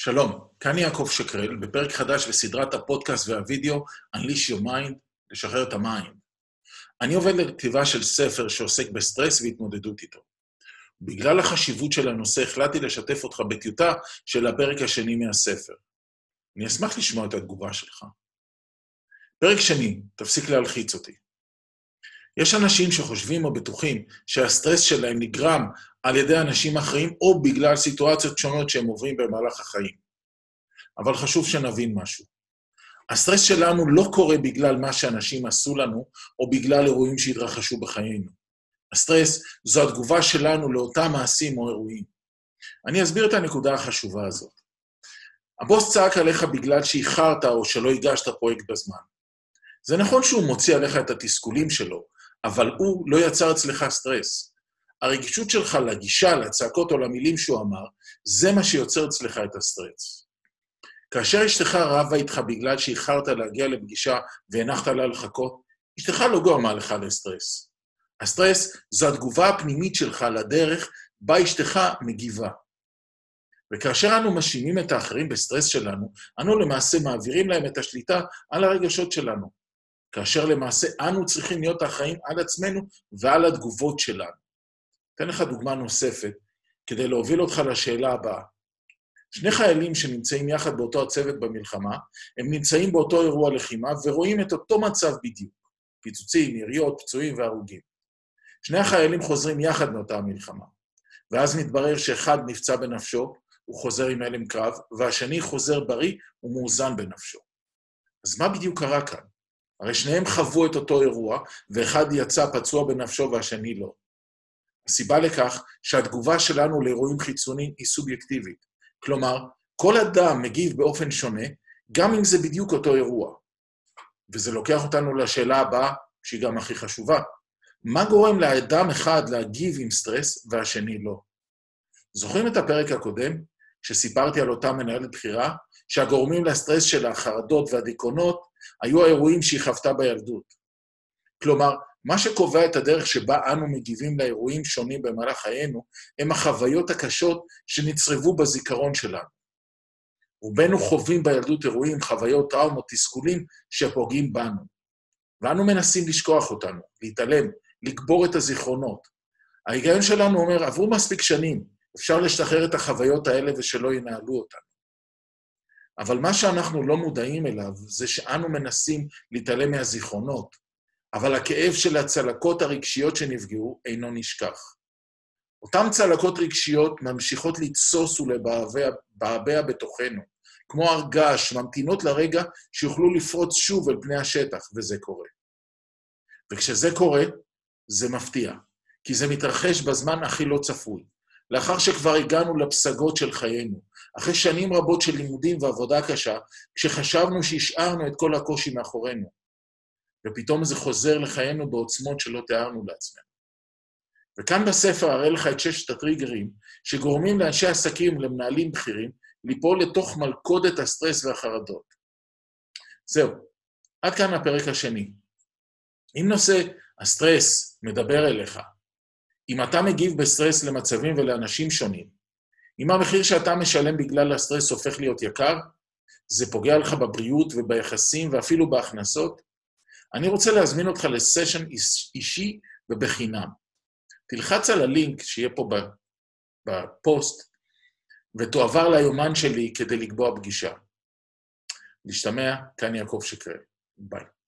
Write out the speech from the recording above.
שלום, כאן יעקב שקרל, בפרק חדש בסדרת הפודקאסט והווידאו Unleash Your Mind, לשחרר את המיינד. אני עובד לכתיבה של ספר שעוסק בסטרס והתמודדות איתו. בגלל החשיבות של הנושא, החלטתי לשתף אותך בטיוטה של הפרק השני מהספר. אני אשמח לשמוע את התגובה שלך. פרק שני, תפסיק להלחיץ אותי. יש אנשים שחושבים או בטוחים שהסטרס שלהם נגרם על ידי אנשים אחרים או בגלל סיטואציות שונות שהם עוברים במהלך החיים. אבל חשוב שנבין משהו. הסטרס שלנו לא קורה בגלל מה שאנשים עשו לנו או בגלל אירועים שהתרחשו בחיינו. הסטרס זו התגובה שלנו לאותם מעשים או אירועים. אני אסביר את הנקודה החשובה הזאת. הבוס צעק עליך בגלל שאיחרת או שלא הגשת פרויקט בזמן. זה נכון שהוא מוציא עליך את התסכולים שלו, אבל הוא לא יצר אצלך סטרס. הרגישות שלך לגישה, לצעקות או למילים שהוא אמר, זה מה שיוצר אצלך את הסטרס. כאשר אשתך רבה איתך בגלל שאיחרת להגיע לפגישה והנחת לה לחכות, אשתך לא גורמה לך לסטרס. הסטרס זו התגובה הפנימית שלך לדרך בה אשתך מגיבה. וכאשר אנו משימים את האחרים בסטרס שלנו, אנו למעשה מעבירים להם את השליטה על הרגשות שלנו. כאשר למעשה אנו צריכים להיות אחראים על עצמנו ועל התגובות שלנו. אתן לך דוגמה נוספת, כדי להוביל אותך לשאלה הבאה. שני חיילים שנמצאים יחד באותו הצוות במלחמה, הם נמצאים באותו אירוע לחימה ורואים את אותו מצב בדיוק. פיצוצים, יריות, פצועים והרוגים. שני החיילים חוזרים יחד מאותה המלחמה, ואז מתברר שאחד נפצע בנפשו, הוא חוזר עם הלם קרב, והשני חוזר בריא ומאוזן בנפשו. אז מה בדיוק קרה כאן? הרי שניהם חוו את אותו אירוע, ואחד יצא פצוע בנפשו והשני לא. הסיבה לכך שהתגובה שלנו לאירועים חיצוניים היא סובייקטיבית. כלומר, כל אדם מגיב באופן שונה, גם אם זה בדיוק אותו אירוע. וזה לוקח אותנו לשאלה הבאה, שהיא גם הכי חשובה. מה גורם לאדם אחד להגיב עם סטרס והשני לא? זוכרים את הפרק הקודם, שסיפרתי על אותה מנהלת בחירה, שהגורמים לסטרס של החרדות והדיכאונות היו האירועים שהיא חוותה בילדות. כלומר, מה שקובע את הדרך שבה אנו מגיבים לאירועים שונים במהלך חיינו, הם החוויות הקשות שנצרבו בזיכרון שלנו. רובנו חווים בילדות אירועים, חוויות, טראומות, תסכולים שפוגעים בנו. ואנו מנסים לשכוח אותנו, להתעלם, לקבור את הזיכרונות. ההיגיון שלנו אומר, עברו מספיק שנים, אפשר לשחרר את החוויות האלה ושלא ינהלו אותנו. אבל מה שאנחנו לא מודעים אליו, זה שאנו מנסים להתעלם מהזיכרונות, אבל הכאב של הצלקות הרגשיות שנפגעו אינו נשכח. אותם צלקות רגשיות ממשיכות לתסוס ולבעבע בתוכנו, כמו הרגש, ממתינות לרגע שיוכלו לפרוץ שוב אל פני השטח, וזה קורה. וכשזה קורה, זה מפתיע, כי זה מתרחש בזמן הכי לא צפוי, לאחר שכבר הגענו לפסגות של חיינו, אחרי שנים רבות של לימודים ועבודה קשה, כשחשבנו שהשארנו את כל הקושי מאחורינו, ופתאום זה חוזר לחיינו בעוצמות שלא תיארנו לעצמנו. וכאן בספר אראה לך את 6 הטריגרים שגורמים לאנשי עסקים ולמנהלים בכירים ליפול לתוך מלכודת הסטרס והחרדות. זהו, עד כאן הפרק השני. אם נושא הסטרס מדבר אליך, אם אתה מגיב בסטרס למצבים ולאנשים שונים, אם המחיר שאתה משלם בגלל הסטרס הופך להיות יקר, זה פוגע לך בבריאות וביחסים ואפילו בהכנסות, אני רוצה להזמין אותך לסשן אישי ובחינם. תלחץ על הלינק שיהיה פה בפוסט, ותועבר ליומן שלי כדי לקבוע פגישה. להשתמע, כאן יעקב שקרל. ביי.